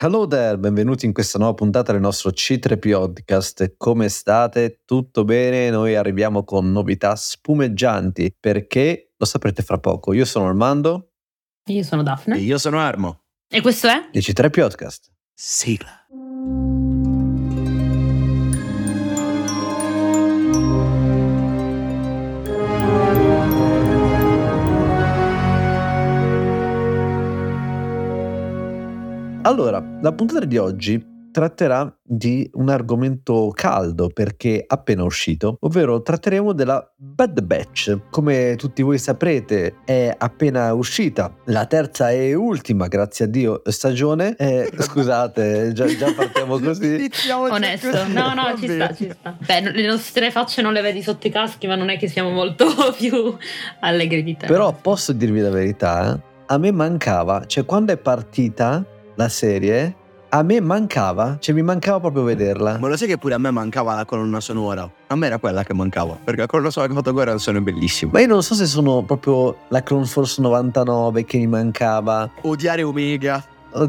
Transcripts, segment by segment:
Hello there, benvenuti in questa nuova puntata del nostro C3 Podcast. Come state? Tutto bene? Noi arriviamo con novità spumeggianti perché lo saprete fra poco. Io sono Armando. Io sono Daphne. E io sono Armo. E questo è? Il C3 Podcast. Sigla. Allora, la puntata di oggi tratterà di un argomento caldo perché appena uscito, ovvero tratteremo della Bad Batch. Come tutti voi saprete, è appena uscita la terza e ultima, grazie a Dio, stagione. Scusate, già partiamo così. Onesto, no, ci sta. Beh, le nostre facce non le vedi sotto i caschi, ma non è che siamo molto più allegri di te. Però posso dirvi la verità, a me mancava, cioè quando è partita la serie, a me mancava, cioè mi mancava proprio vederla. Ma lo sai che pure a me mancava la colonna sonora? A me era quella che mancava, perché la colonna sonora che ha fatto Guerra sono bellissimo. Ma io non so se sono proprio la Clone Force 99 che mi mancava. Odiare Omega.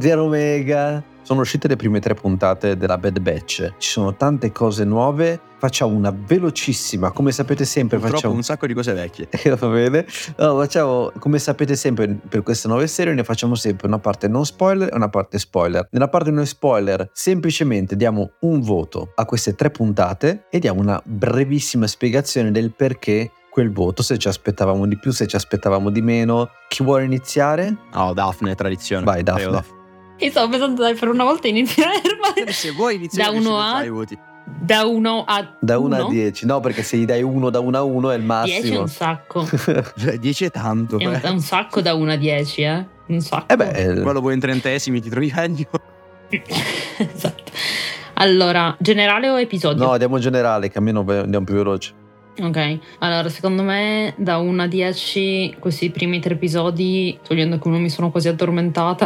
Sono uscite le prime 3 puntate della Bad Batch. Ci sono tante cose nuove. Facciamo una velocissima, come sapete sempre. Purtroppo un sacco di cose vecchie. Va bene. No, facciamo, come sapete sempre, per queste nuove serie ne facciamo sempre una parte non spoiler e una parte spoiler. Nella parte non spoiler semplicemente diamo un voto a queste 3 puntate e diamo una brevissima spiegazione del perché quel voto, se ci aspettavamo di più, se ci aspettavamo di meno. Chi vuole iniziare? Oh, Daphne, tradizione. Vai, Daphne. Io stavo pensando per una volta iniziare. Se vuoi iniziare da 1 a... i voti. Da 1 a... Da 1 a 10. No, perché se gli dai 1 da 1 a 1 è il massimo. 10 è un sacco. 10 è tanto. È un sacco da 1 a 10, un sacco. Quello vuoi in trentesimi, ti trovi meglio. Esatto. Allora, generale o episodio? No, diamo generale, che almeno andiamo più veloci. Ok, allora secondo me da 1 a 10 questi primi 3 episodi, togliendo che uno mi sono quasi addormentata.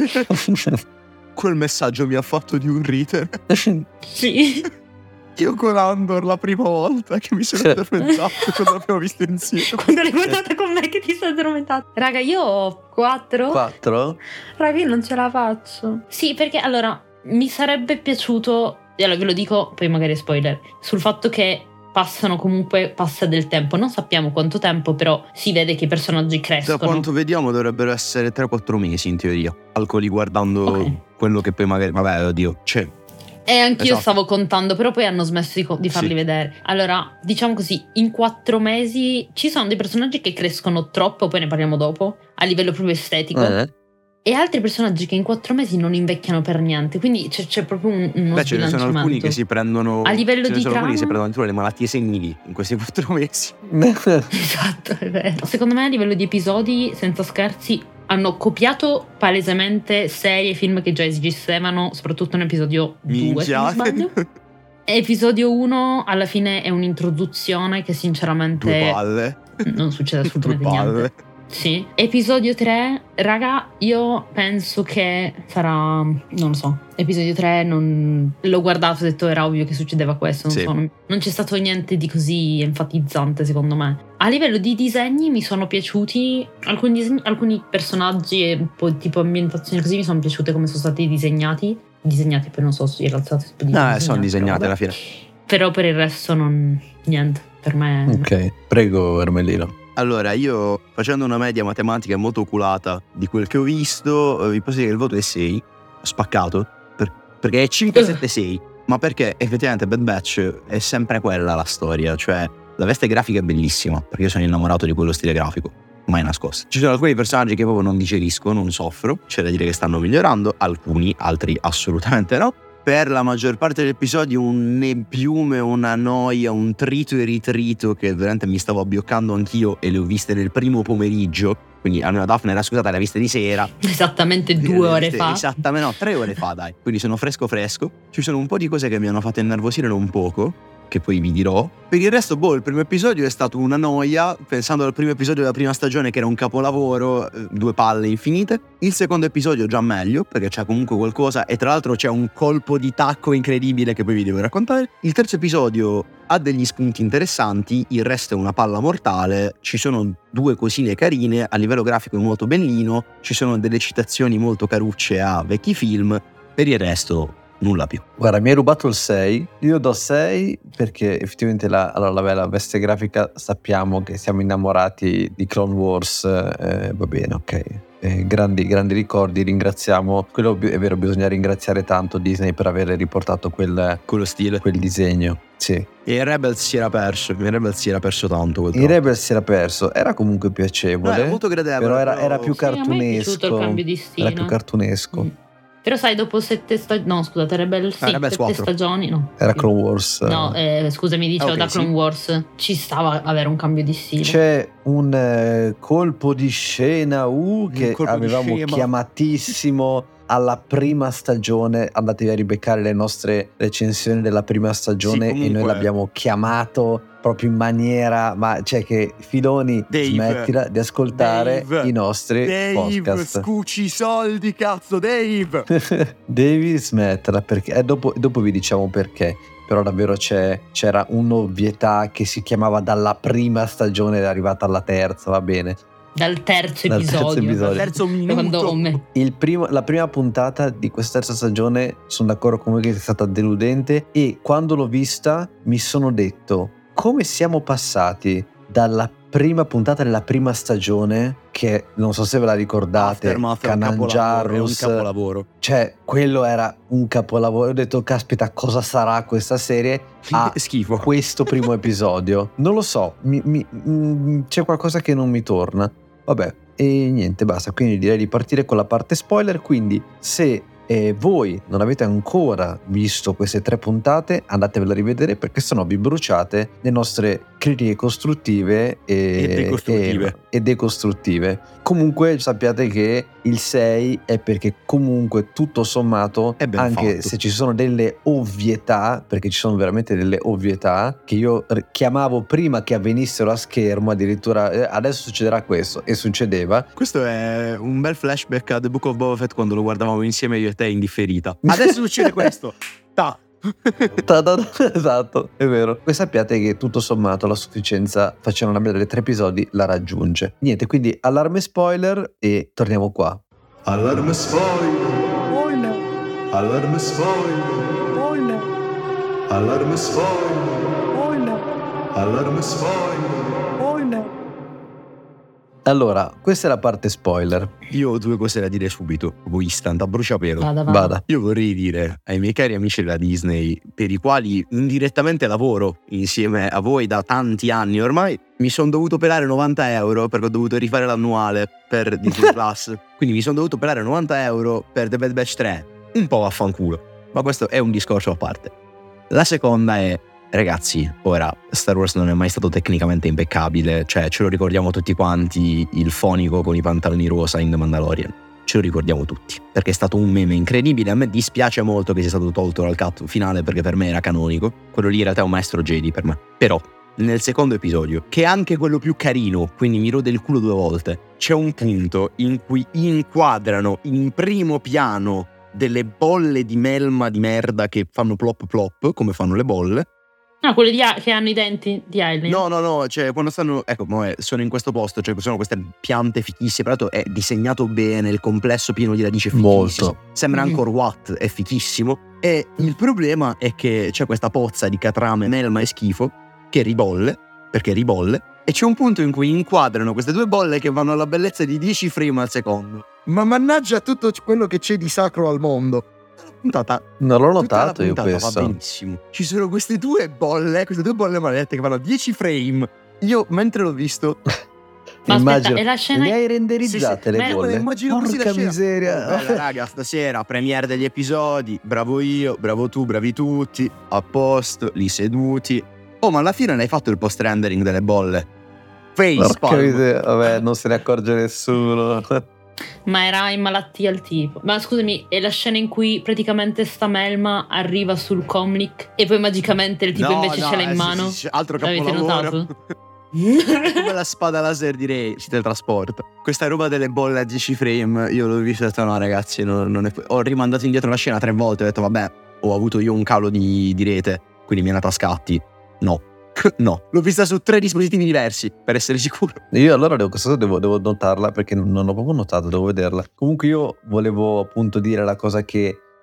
Quel messaggio mi ha fatto di un reader. Sì. Io con Andor la prima volta che mi sono addormentato quando l'abbiamo visto insieme. Quando l'hai guardata con me che ti sei addormentata. Raga, io ho 4. 4? Raga, io non ce la faccio. Sì, perché allora mi sarebbe piaciuto, e allora ve lo dico, poi magari spoiler, sul fatto che passa del tempo. Non sappiamo quanto tempo, però si vede che i personaggi crescono. Da quanto vediamo dovrebbero essere 3-4 mesi in teoria, calcoli guardando quello che poi magari... Vabbè, oddio, c'è. E anch'io stavo contando, però poi hanno smesso di farli vedere. Allora, diciamo così, in 4 mesi ci sono dei personaggi che crescono troppo, poi ne parliamo dopo, a livello proprio estetico. E altri personaggi che in 4 mesi non invecchiano per niente. Quindi c'è proprio uno sbilanciamento. Ce ne sono alcuni che si prendono... A livello di trama... alcuni si prendono le malattie senili in questi 4 mesi. Esatto, è vero. Secondo me a livello di episodi, senza scherzi, hanno copiato palesemente serie e film che già esistevano, soprattutto in episodio 2, se non sbaglio. Episodio 1 alla fine è un'introduzione che sinceramente... 2 palle. Non succede assolutamente niente. Sì. Episodio 3, raga, io penso che sarà, non lo so, episodio 3 non l'ho guardato e ho detto era ovvio che succedeva questo, non c'è stato niente di così enfatizzante secondo me. A livello di disegni mi sono piaciuti alcuni personaggi e un po' tipo ambientazioni così mi sono piaciute come sono stati disegnati poi non so se in realtà sono disegnati alla fine. Però per il resto niente, per me. Ok, prego Ermelino. Allora, io facendo una media matematica molto oculata di quel che ho visto, vi posso dire che il voto è 6, spaccato, perché è 5-7-6, ma perché effettivamente Bad Batch è sempre quella la storia, cioè la veste grafica è bellissima, perché io sono innamorato di quello stile grafico, mai nascosto. Ci sono alcuni personaggi che proprio non digerisco, non soffro, c'è da dire che stanno migliorando, alcuni, altri assolutamente no. Per la maggior parte degli episodi un nebbiume, una noia, un trito e ritrito che veramente mi stavo abbioccando anch'io e le ho viste nel primo pomeriggio, quindi almeno Daphne era scusata, le ha viste di sera. Esattamente 2 ore fa. Esattamente, no, 3 ore fa dai, quindi sono fresco. Ci sono un po' di cose che mi hanno fatto innervosire un poco, che poi vi dirò. Per il resto, il primo episodio è stato una noia, pensando al primo episodio della prima stagione che era un capolavoro, 2 palle infinite. Il secondo episodio già meglio, perché c'è comunque qualcosa e tra l'altro c'è un colpo di tacco incredibile che poi vi devo raccontare. Il terzo episodio ha degli spunti interessanti, il resto è una palla mortale, ci sono 2 cosine carine, a livello grafico è molto bellino, ci sono delle citazioni molto carucce a vecchi film. Per il resto nulla più. Guarda, mi hai rubato il 6. Io do 6 perché effettivamente la veste grafica, sappiamo che siamo innamorati di Clone Wars, va bene, ok. Grandi ricordi, ringraziamo. Quello è vero, bisogna ringraziare tanto Disney per aver riportato quello stile, quel disegno. Sì. E il Rebels si era perso tanto. Il Rebels si era perso, era comunque piacevole. No, era molto gradevole, però era più Sì, a me è cartunesco. piaciuto il cambio di stile. Era più cartunesco. Però sai, dopo 7 stagioni, no scusate, Rebels 7 stagioni, no. Era Clone Wars. No, scusami, dicevo okay, da Clone Wars ci stava avere un cambio di stile. C'è un colpo di scena che avevamo chiamatissimo alla prima stagione. Andatevi a ribeccare le nostre recensioni della prima stagione, e noi l'abbiamo chiamato proprio in maniera, ma c'è che Filoni, smettila di ascoltare i nostri podcast. Scuci i soldi, cazzo, Dave. Devi smetterla, perché dopo vi diciamo perché. Però davvero c'era un'ovvietà che si chiamava dalla prima stagione ed è arrivata alla terza, va bene. Dal terzo episodio. Dal terzo minuto. La prima puntata di questa terza stagione, sono d'accordo con voi che è stata deludente, e quando l'ho vista mi sono detto: come siamo passati dalla prima puntata della prima stagione, che non so se ve la ricordate, Kanan Jarrus, è un capolavoro. Cioè, quello era un capolavoro. Ho detto, caspita, cosa sarà questa serie? Schifo. Questo primo episodio non lo so, c'è qualcosa che non mi torna. Vabbè, e niente, basta. Quindi direi di partire con la parte spoiler. Quindi se voi non avete ancora visto queste 3 puntate, andatevele a rivedere, perché sennò vi bruciate le nostre critiche costruttive e decostruttive. Comunque sappiate che il 6 è perché comunque tutto sommato, anche fatto. se ci sono delle ovvietà, perché ci sono veramente delle ovvietà che io chiamavo prima che avvenissero a schermo, addirittura adesso succederà questo, e succedeva. Questo è un bel flashback a The Book of Boba Fett, quando lo guardavamo insieme io e te in differita. Adesso succede questo. Esatto, è vero. Voi sappiate che tutto sommato la sufficienza, facendo una media delle 3 episodi, la raggiunge. Niente, quindi allarme spoiler e torniamo qua. Allarme spoiler. Allarme spoiler. Allarme spoiler. Allarme spoiler. Allora, questa è la parte spoiler. Io ho 2 cose da dire subito, proprio instant, a bruciapelo. Vada. Io vorrei dire ai miei cari amici della Disney, per i quali indirettamente lavoro insieme a voi da tanti anni ormai, mi sono dovuto pelare 90 euro perché ho dovuto rifare l'annuale per Disney Plus. Quindi mi sono dovuto pelare 90 euro per The Bad Batch 3. Un po' vaffanculo. Ma questo è un discorso a parte. La seconda è: ragazzi, ora Star Wars non è mai stato tecnicamente impeccabile, cioè ce lo ricordiamo tutti quanti, il fonico con i pantaloni rosa in The Mandalorian, ce lo ricordiamo tutti, perché è stato un meme incredibile. A me dispiace molto che sia stato tolto dal cut finale, perché per me era canonico, quello lì in realtà è un maestro Jedi per me. Però nel secondo episodio, che è anche quello più carino, quindi mi rode il culo 2 volte, c'è un punto in cui inquadrano in primo piano delle bolle di melma di merda che fanno plop plop, come fanno le bolle. No, quelle che hanno i denti di Alien. No, cioè quando stanno, ecco, sono in questo posto, cioè sono queste piante fichissime, tra l'altro è disegnato bene, il complesso pieno di radici fichissimo. Molto. Sembra Angkor Wat, è fichissimo. E il problema è che c'è questa pozza di catrame, melma e schifo che ribolle, e c'è un punto in cui inquadrano queste 2 bolle che vanno alla bellezza di 10 frame al secondo. Ma mannaggia tutto quello che c'è di sacro al mondo. Puntata, non l'ho notato io questo. Va benissimo. Ci sono queste 2 bolle maledette che vanno a 10 frame. Io mentre l'ho visto ma immagino, aspetta, e la scena le hai renderizzate sì, le bolle? Immagino così porca la scena. miseria. Bella, raga, stasera premiere degli episodi, bravo io, bravo tu, bravi tutti, a posto, lì seduti. Oh, ma alla fine ne hai fatto il post rendering delle bolle? Porca miseria, vabbè, non se ne accorge nessuno. Ma era in malattia il tipo. Ma scusami, è la scena in cui praticamente sta melma arriva sul Comlic e poi magicamente il tipo invece ce l'ha in mano? Sì, altro l'avete capolavoro. notato? Come la spada laser di Rey si teletrasporta. Questa roba delle bolle a 10 frame, io l'ho visto e ho detto no ragazzi, non è... Ho rimandato indietro la scena 3 volte, ho detto vabbè, ho avuto io un calo di rete, quindi mi è andata a scatti. No, l'ho vista su 3 dispositivi diversi, per essere sicuro. Io allora devo notarla, perché non l'ho proprio notato, devo vederla. Comunque io volevo appunto dire la cosa che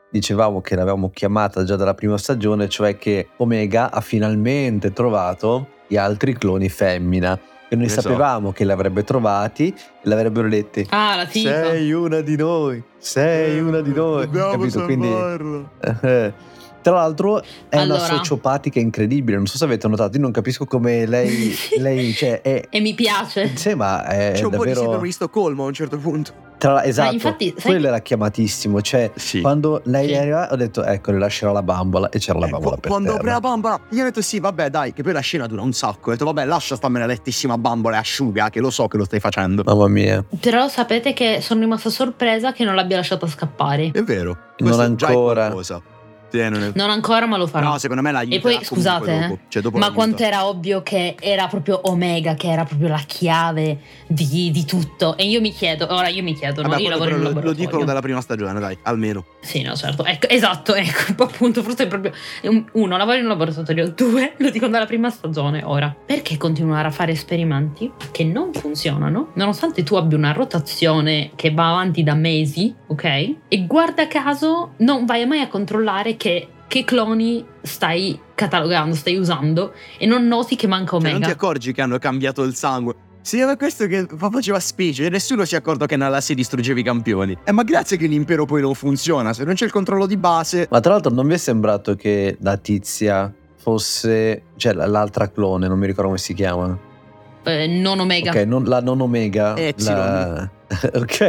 dicevamo che l'avevamo chiamata già dalla prima stagione, cioè che Omega ha finalmente trovato gli altri cloni femmina. E noi sapevamo che li avrebbe trovati e l'avrebbero detti: ah, la tipa. sei una di noi, sei una di noi. Capito? Quindi tra l'altro è una sociopatica incredibile. Non so se avete notato, io non capisco come lei cioè è, e mi piace. Sì, ma è c'è un davvero... po' di sindrome di Stoccolma a un certo punto. Esatto, infatti, quello era chiamatissimo. Cioè, quando lei è arrivata, ho detto: ecco, le lascerò la bambola. E c'era la bambola per quando terra. apre la bambola, io ho detto: sì, vabbè, dai, che poi la scena dura un sacco. Ho detto: vabbè, lascia sta maledettissima bambola e asciuga, che lo so che lo stai facendo. Mamma mia. Però sapete che sono rimasta sorpresa che non l'abbia lasciata scappare. È vero. Non ancora. Non ancora, ma lo farò. No, secondo me la E poi scusate, dopo ma quanto era ovvio che era proprio Omega, che era proprio la chiave di tutto. E io mi chiedo, vabbè, no? Io lavoro in un laboratorio. Lo dicono dalla prima stagione, dai, almeno. Sì, no, certo. Ecco, esatto, appunto, forse è proprio uno, lavoro in un laboratorio, 2, lo dicono dalla prima stagione. Ora, perché continuare a fare esperimenti che non funzionano, nonostante tu abbia una rotazione che va avanti da mesi, ok? E guarda caso non vai mai a controllare che cloni stai catalogando, stai usando, e non noti che manca Omega. Cioè, non ti accorgi che hanno cambiato il sangue? Sì, ma questo che faceva specie e nessuno si è accorto che nella si distruggeva i campioni. Ma grazie che l'impero poi non funziona, se non c'è il controllo di base. Ma tra l'altro non vi è sembrato che la tizia fosse, cioè l'altra clone, non mi ricordo come si chiama. Non Omega. Ok, la non Omega. Ok.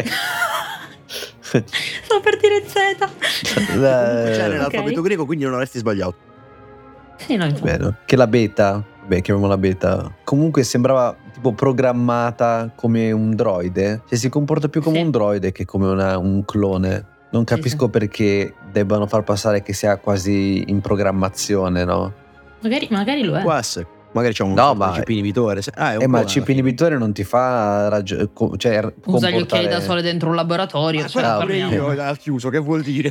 Sto per dire Z. C'è nell'alfabeto greco, quindi non avresti sbagliato. Sì, no, infatti. Che la beta, chiamiamola beta, comunque sembrava tipo programmata come un droide. Cioè si comporta più come un droide che come un clone. Non capisco perché debbano far passare che sia quasi in programmazione, no? Magari lo è. Può essere. Magari c'è un chip inibitore. Ma il chip inibitore non ti fa usa gli occhiali da sole dentro un laboratorio. Io al chiuso, che vuol dire?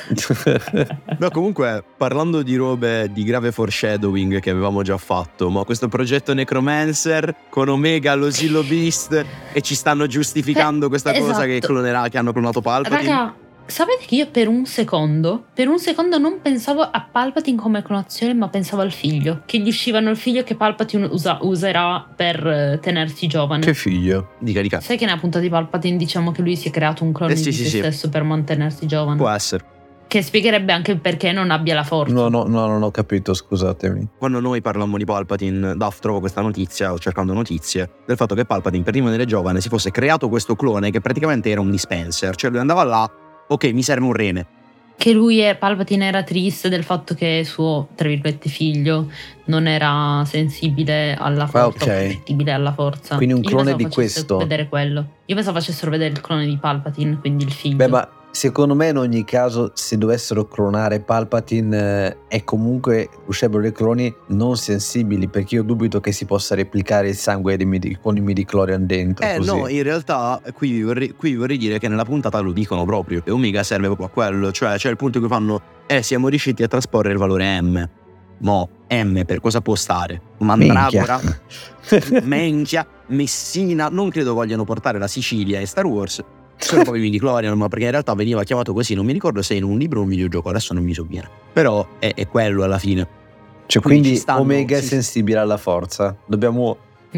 No, comunque, parlando di robe di grave foreshadowing che avevamo già fatto, ma questo progetto Necromancer con Omega allo Zillo Beast, e ci stanno giustificando questa cosa che hanno clonato Palpatine. Raga, sapete che io per un secondo non pensavo a Palpatine come clonazione, ma pensavo al figlio, che gli uscivano il figlio che Palpatine userà per tenersi giovane. Che figlio? Dica. Sai che nella puntata di Palpatine diciamo che lui si è creato un clone di se stesso per mantenersi giovane? Può essere. Che spiegherebbe anche il perché non abbia la forza. No, non ho capito, scusatemi. Quando noi parlammo di Palpatine, trovo questa notizia, cercando notizie, del fatto che Palpatine per rimanere giovane si fosse creato questo clone che praticamente era un dispenser, cioè lui andava là, ok, mi serve un rene. Che Palpatine era triste del fatto che suo, tra virgolette, figlio non era sensibile alla forza, suscettibile alla forza. Quindi un clone di questo. Vedere quello. Io pensavo facessero vedere il clone di Palpatine, quindi il figlio. Beh, ma secondo me in ogni caso, se dovessero clonare Palpatine, è comunque uscirebbero dei cloni non sensibili, perché io dubito che si possa replicare il sangue con i midi-chlorian dentro. Così. No, in realtà qui vorrei dire che nella puntata lo dicono proprio, e Omega serve proprio a quello, cioè c'è il punto in cui fanno siamo riusciti a trasporre il valore M. Mo, M per cosa può stare? Mandragora, Menchia, Messina. Non credo vogliano portare la Sicilia e Star Wars. Sono proprio i midi-chlorian, ma perché in realtà veniva chiamato così, non mi ricordo se in un libro o un videogioco, adesso non mi sovviene. Però è quello alla fine. Cioè quindi Omega è sensibile alla forza. Dobbiamo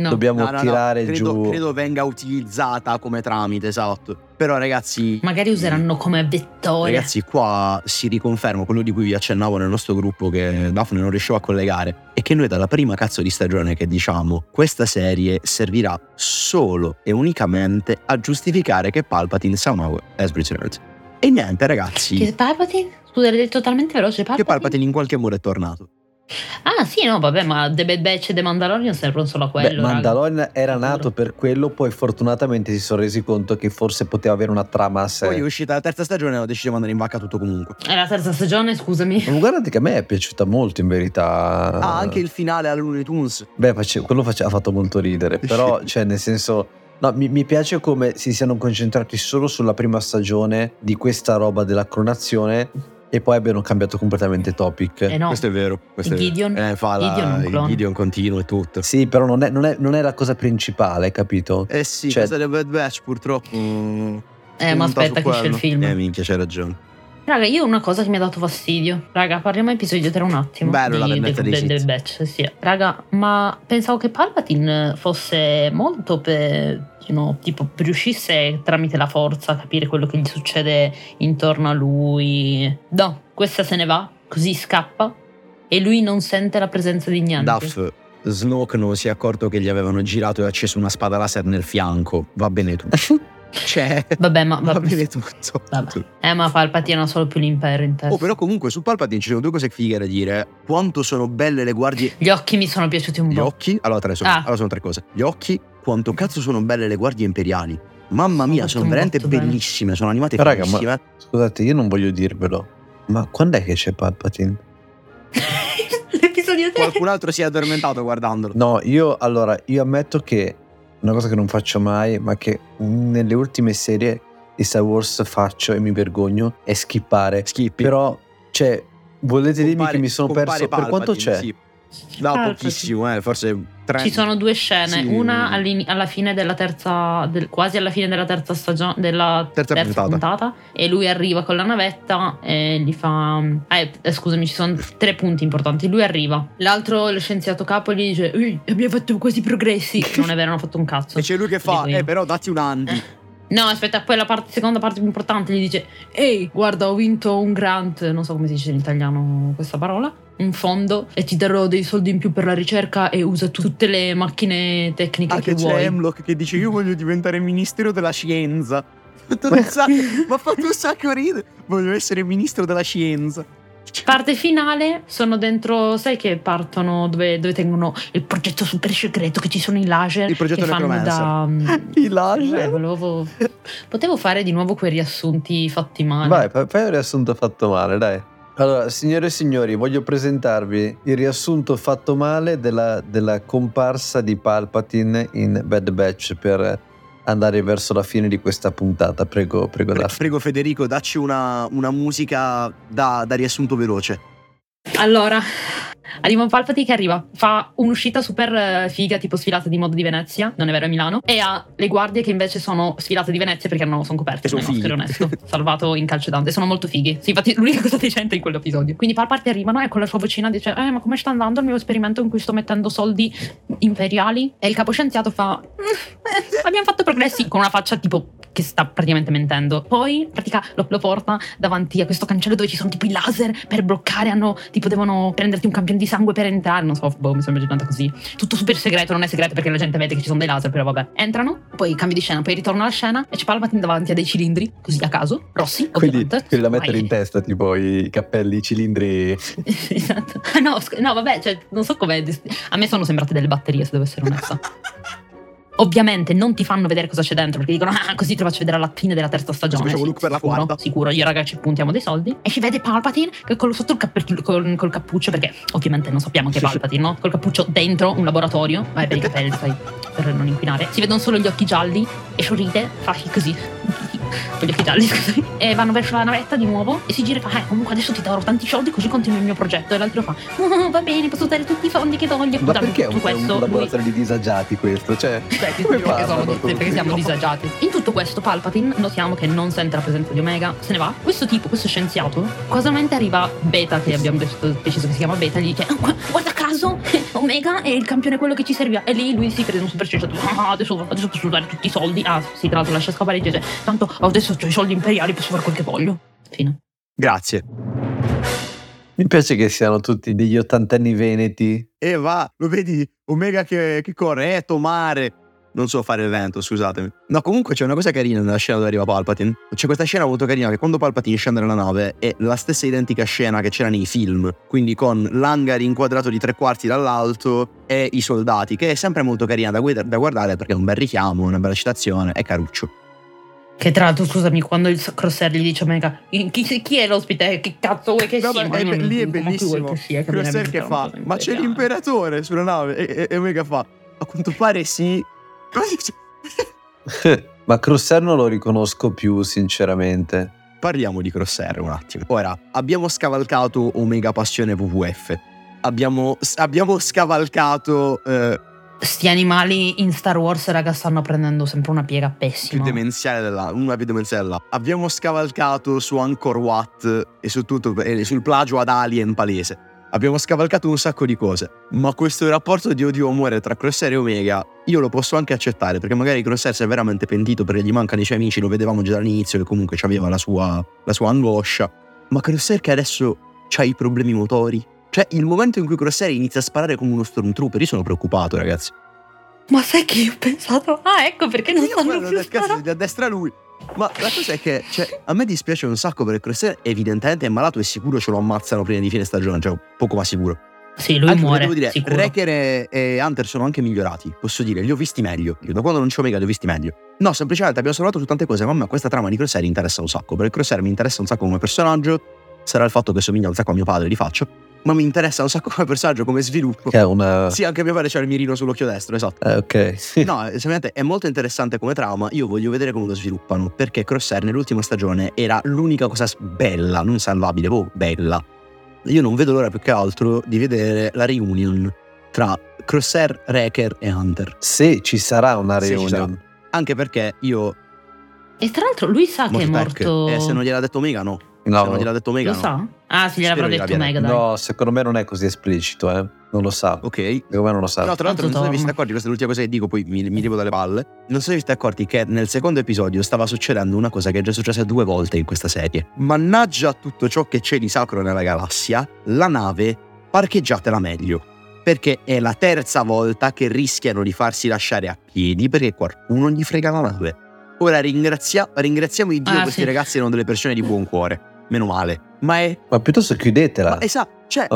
tirare giù. Credo venga utilizzata come tramite, esatto. Però ragazzi, magari useranno come vettore. Ragazzi, qua si riconferma quello di cui vi accennavo nel nostro gruppo, che Daphne non riusciva a collegare, e che noi dalla prima cazzo di stagione che diciamo questa serie servirà solo e unicamente a giustificare che Palpatine somehow has returned. E niente ragazzi, che Palpatine? Scusa, l'hai detto talmente veloce. Che Palpatine in qualche modo è tornato. Ah sì, no, vabbè, ma The Bad Batch e The Mandalorian servono solo a quello. Mandalorian era nato per quello, poi fortunatamente si sono resi conto che forse poteva avere una trama a sé. Poi è uscita la terza stagione e ho deciso di mandare in vacca tutto comunque. È la terza stagione, scusami. Ma guardate che a me è piaciuta molto in verità. Anche il finale alla Looney Tunes. Quello ha fatto molto ridere, però cioè nel senso... No, mi piace come si siano concentrati solo sulla prima stagione di questa roba della clonazione e poi abbiano cambiato completamente topic. No. Questo è vero. Gideon il Gideon continuo e tutto. Sì, però non è la cosa principale, capito? Sì, questa è Bad Batch purtroppo. Ma aspetta che c'è il film. Minchia, c'hai ragione. Raga, io una cosa che mi ha dato fastidio. Raga, parliamo episodio 3 un attimo. Bello la vendetta dei Sith. Del batch, sì. Raga, ma pensavo che Palpatine fosse molto tipo riuscisse tramite la forza a capire quello che gli succede intorno a lui. No, questa se ne va, così scappa e lui non sente la presenza di niente. Duff, Snoke non si è accorto che gli avevano girato e acceso una spada laser nel fianco. Va bene tutto. Cioè, vabbè, ma va bene tutto. Ma Palpatine ha solo più l'impero in testa. Però comunque su Palpatine ci sono due cose fighe da dire. Quanto sono belle le guardie. Gli occhi mi sono piaciuti un po'. Gli occhi? Allora sono tre cose. Gli occhi, quanto cazzo sono belle le guardie imperiali. Mamma mia, sono veramente bellissime. Sono animate bellissime. Ma scusate, io non voglio dirvelo, ma quando è che c'è Palpatine? L'episodio 3. Qualcun altro si è addormentato guardandolo. No, io ammetto che una cosa che non faccio mai, ma che nelle ultime serie di Star Wars faccio e mi vergogno, è skippare. Skippi. Però, cioè, volete dirmi che mi sono perso? Per quanto c'è? Sì. No, pochissimo, forse 3. Ci sono 2 scene, sì. Una alla fine della terza, quasi alla fine della terza stagione, della terza puntata, e lui arriva con la navetta e gli fa scusami, ci sono 3 punti importanti. Lui arriva, l'altro, lo scienziato capo, gli dice abbiamo fatto questi progressi. Non è vero, hanno fatto un cazzo. E c'è lui che fa però datti un Andy. No, aspetta, poi la seconda parte più importante gli dice ehi, guarda, ho vinto un grant, non so come si dice in italiano questa parola, un fondo, e ti darò dei soldi in più per la ricerca e usa tutte le macchine tecniche che vuoi. C'è Hemlock che dice io voglio diventare ministro della scienza. Ma ha fatto un sacco ridere. Voglio essere ministro della scienza. Parte finale, sono dentro, sai che partono dove tengono il progetto super segreto, che ci sono i laser. Il progetto che fanno da i laser. Potevo fare di nuovo quei riassunti fatti male. Vai, fai un riassunto fatto male, dai. Allora, signore e signori, voglio presentarvi il riassunto fatto male della comparsa di Palpatine in Bad Batch per andare verso la fine di questa puntata. Prego Federico, dacci una musica da riassunto veloce. Allora, arriva Palpatine che arriva, fa un'uscita super figa, tipo sfilata di moda di Venezia, non è vero, è Milano, e ha le guardie che invece sono sfilate di Venezia perché sono coperte, sono Oscar onesto, salvato in calcedante, sono molto fighi. Sì, infatti l'unica cosa decente in quell'episodio. Quindi Palpatine arrivano e con la sua vocina dice ma come sta andando il mio esperimento in cui sto mettendo soldi imperiali? E il caposcienziato fa abbiamo fatto progressi, con una faccia tipo che sta praticamente mentendo. Poi lo porta davanti a questo cancello dove ci sono tipo i laser per bloccare, devono prenderti un campione di sangue per entrare, non so, mi sono immaginata così. Tutto super segreto, non è segreto perché la gente vede che ci sono dei laser, però vabbè. Entrano, poi cambio di scena, poi ritorno alla scena e c'è Palpatine davanti a dei cilindri, così a caso, rossi, ovviamente. Quelli da mettere in testa, tipo i cappelli, i cilindri. Esatto. No, vabbè, cioè, non so com'è. A me sono sembrate delle batterie, se devo essere onesta. Ovviamente non ti fanno vedere cosa c'è dentro perché dicono così te lo faccio vedere alla fine della terza stagione. Luke per la quarta. Sicuro, io ragazzi puntiamo dei soldi. E ci vede Palpatine che sotto col cappuccio, perché ovviamente non sappiamo che è Palpatine, no? Col cappuccio dentro un laboratorio, vai per i capelli, sai, per non inquinare. Si vedono solo gli occhi gialli e sorride, fa così con gli occhi gialli, scusami. E vanno verso la navetta di nuovo e si gira e fa comunque adesso ti darò tanti soldi così continui il mio progetto. E l'altro fa va bene, posso dare tutti i fondi che voglio. Ma perché è un laboratorio di disagiati questo? Cioè perché siamo disagiati. In tutto questo Palpatine notiamo che non sente la presenza di Omega, se ne va. Questo scienziato, casualmente arriva Beta, che abbiamo deciso che si chiama Beta, gli dice guarda caso Omega è il campione quello che ci serviva. E lì lui si crede un super scienziato, adesso posso usare tutti i soldi. Sì, tra l'altro lascia scappare e dice tanto adesso ho i soldi imperiali, posso fare quel che voglio. Fine. Grazie. Mi piace che siano tutti degli ottantenni veneti. E va, lo vedi, Omega che corre, Tomare. Non so fare il vento, scusatemi. No, comunque c'è una cosa carina nella scena dove arriva Palpatine. C'è questa scena molto carina che quando Palpatine scende nella nave è la stessa identica scena che c'era nei film, quindi con l'hangar inquadrato di 3/4 dall'alto e i soldati, che è sempre molto carina da guardare perché è un bel richiamo, una bella citazione, è caruccio. Che tra l'altro, scusami, quando il Crosshair gli dice Omega chi è l'ospite? Che cazzo vuoi che sia? Lì è bellissimo. Crosshair che fa ma c'è l'imperatore sulla nave e Omega fa a quanto pare sì. Ma Crosshair non lo riconosco più, sinceramente. Parliamo di Crosshair un attimo. Ora, abbiamo scavalcato Omega Passione WWF. Abbiamo scavalcato Sti animali in Star Wars, raga, stanno prendendo sempre una piega pessima. Più demenziale della. Abbiamo scavalcato su Angkor Wat e su tutto, e sul plagio ad Alien palese. Abbiamo scavalcato un sacco di cose. Ma questo rapporto di odio amore tra Crosshair e Omega io lo posso anche accettare, perché magari Crosshair si è veramente pentito perché gli mancano i suoi amici, lo vedevamo già dall'inizio che comunque aveva la sua angoscia. Ma Crosshair che adesso c'ha i problemi motori. Cioè, il momento in cui Crosshair inizia a sparare come uno stormtrooper, io sono preoccupato, ragazzi. Ma sai che io ho pensato, ecco perché non stanno più sparando. A destra lui. Ma la cosa è che, cioè, a me dispiace un sacco perché Crosshair evidentemente è malato e sicuro ce lo ammazzano prima di fine stagione, cioè poco ma sicuro. Sì, lui anche muore, devo dire, sicuro. Wrecker e Hunter sono anche migliorati, posso dire, li ho visti meglio. Io da quando non c'ho Omega li ho visti meglio. No, semplicemente abbiamo parlato su tante cose, ma a me questa trama di Crosshair interessa un sacco, perché Crosshair mi interessa un sacco come personaggio, sarà il fatto che somiglia un sacco a mio padre, li faccio. Ma mi interessa un sacco come personaggio, come sviluppo. Che è una... Sì, anche mio padre c'ha il mirino sull'occhio destro, esatto. Ok. No, semplicemente è molto interessante come trama. Io voglio vedere come lo sviluppano, perché Crosshair nell'ultima stagione era l'unica cosa bella, non salvabile, bella. Io non vedo l'ora più che altro di vedere la reunion tra Crosshair, Wrecker e Hunter. Se ci sarà una reunion. Anche perché io... E tra l'altro lui sa che è morto... se non gliel'ha detto Omega, no. No. Se non gliel'ha detto Omega, lo sa? Ah, sì, gliel'avrà detto Omega, dai. No, secondo me non è così esplicito, Non lo sa. Ok. Secondo me non lo sa. No, tra l'altro non so se vi siete accorti, questa è l'ultima cosa che dico, poi mi levo dalle palle. Non so se vi siete accorti che nel secondo episodio stava succedendo una cosa che è già successa 2 volte in questa serie. Mannaggia tutto ciò che c'è di sacro nella galassia, la nave parcheggiatela meglio. Perché è la terza volta che rischiano di farsi lasciare a piedi perché qualcuno gli frega la nave. Ora ringraziamo il Dio, questi ragazzi erano delle persone di buon cuore. Meno male. Ma piuttosto chiudetela. Ma esatto, cioè,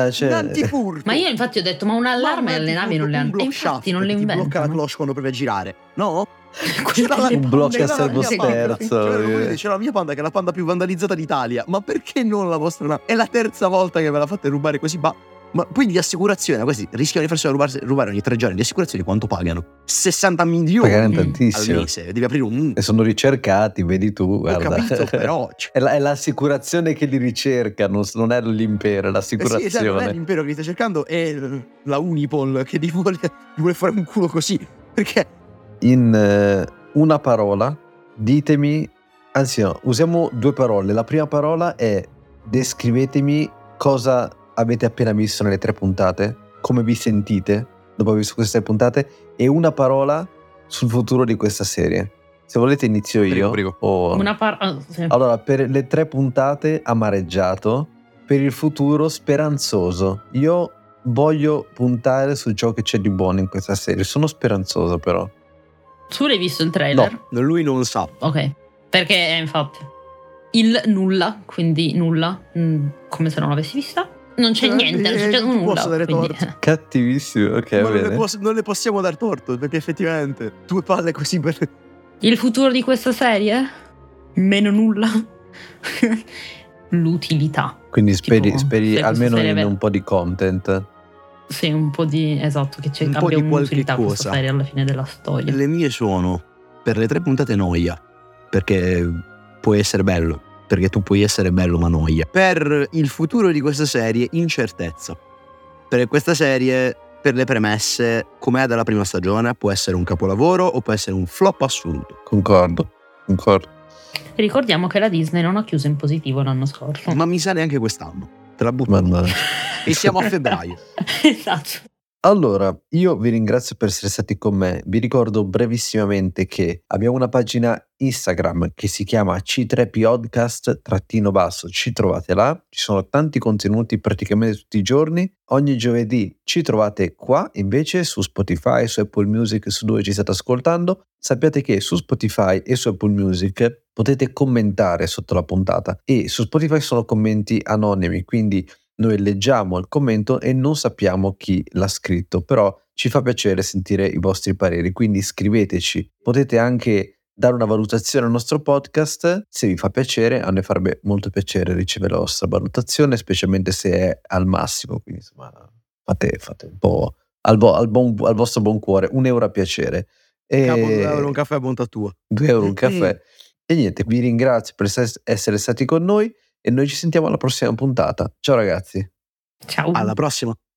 ma io infatti ho detto, ma un allarme alle navi non le hanno. E infatti non le inventano. Blocca la cloche quando provi a girare. No? Un blocco a servosterzo. C'è la mia panda che è la panda più vandalizzata d'Italia. Ma perché non la vostra nave? È la terza volta che ve la fate rubare così. Ma poi di assicurazione, questi rischiano di farsi rubare ogni 3 giorni. Di assicurazioni quanto pagano? 60 milioni pagano tantissimo al mese. Devi aprire un... E sono ricercati, vedi tu, guarda. Ho capito, però è l'assicurazione che li ricerca, non è l'impero, è l'assicurazione. Sì, esatto, non è l'impero che li sta cercando, è la Unipol che ti vuole fare un culo così. Perché? In una parola, ditemi, anzi no, usiamo 2 parole. La prima parola è: descrivetemi cosa avete appena visto nelle 3 puntate, come vi sentite dopo aver visto queste 3 puntate, e una parola sul futuro di questa serie. Se volete inizio io. Prego. Sì. Allora, per le 3 puntate amareggiato, per il futuro speranzoso. Io voglio puntare su ciò che c'è di buono in questa serie. Sono speranzoso però. Tu l'hai visto il trailer? No, lui non sa. Ok, perché infatti il nulla, quindi nulla, come se non l'avessi vista. Non c'è niente, non c'è nulla. Posso dare quindi... torto. Cattivissimo, ok, ma bene. Non le possiamo dar torto, perché effettivamente 2 palle così per... Il futuro di questa serie? Meno nulla. L'utilità. Quindi speri almeno in un po' di content. Sì, un po' di... Esatto, che un abbia un'utilità questa serie alla fine della storia. Le mie sono, per le 3 puntate, noia, perché può essere bello. Perché tu puoi essere bello ma noia. Per il futuro di questa serie, incertezza. Per questa serie, per le premesse, com'è dalla prima stagione, può essere un capolavoro o può essere un flop assoluto. Concordo. Ricordiamo che la Disney non ha chiuso in positivo l'anno scorso. Ma mi sa neanche quest'anno. Te la butto. E siamo a febbraio. Esatto. Allora, io vi ringrazio per essere stati con me. Vi ricordo brevissimamente che abbiamo una pagina Instagram che si chiama C3Podcast _ ci trovate là, ci sono tanti contenuti praticamente tutti i giorni. Ogni giovedì ci trovate qua, invece su Spotify, su Apple Music, su dove ci state ascoltando. Sappiate che su Spotify e su Apple Music potete commentare sotto la puntata, e su Spotify sono commenti anonimi, quindi noi leggiamo il commento e non sappiamo chi l'ha scritto, però ci fa piacere sentire i vostri pareri, quindi scriveteci. Potete anche dare una valutazione al nostro podcast, se vi fa piacere. A noi farebbe molto piacere ricevere la vostra valutazione, specialmente se è al massimo, quindi insomma fate un po' al vostro buon cuore, €1 a piacere. Capo, €2 un caffè a bontà tua. €2 un caffè. E niente, vi ringrazio per essere stati con noi. E noi ci sentiamo alla prossima puntata. Ciao ragazzi. Ciao. Alla prossima.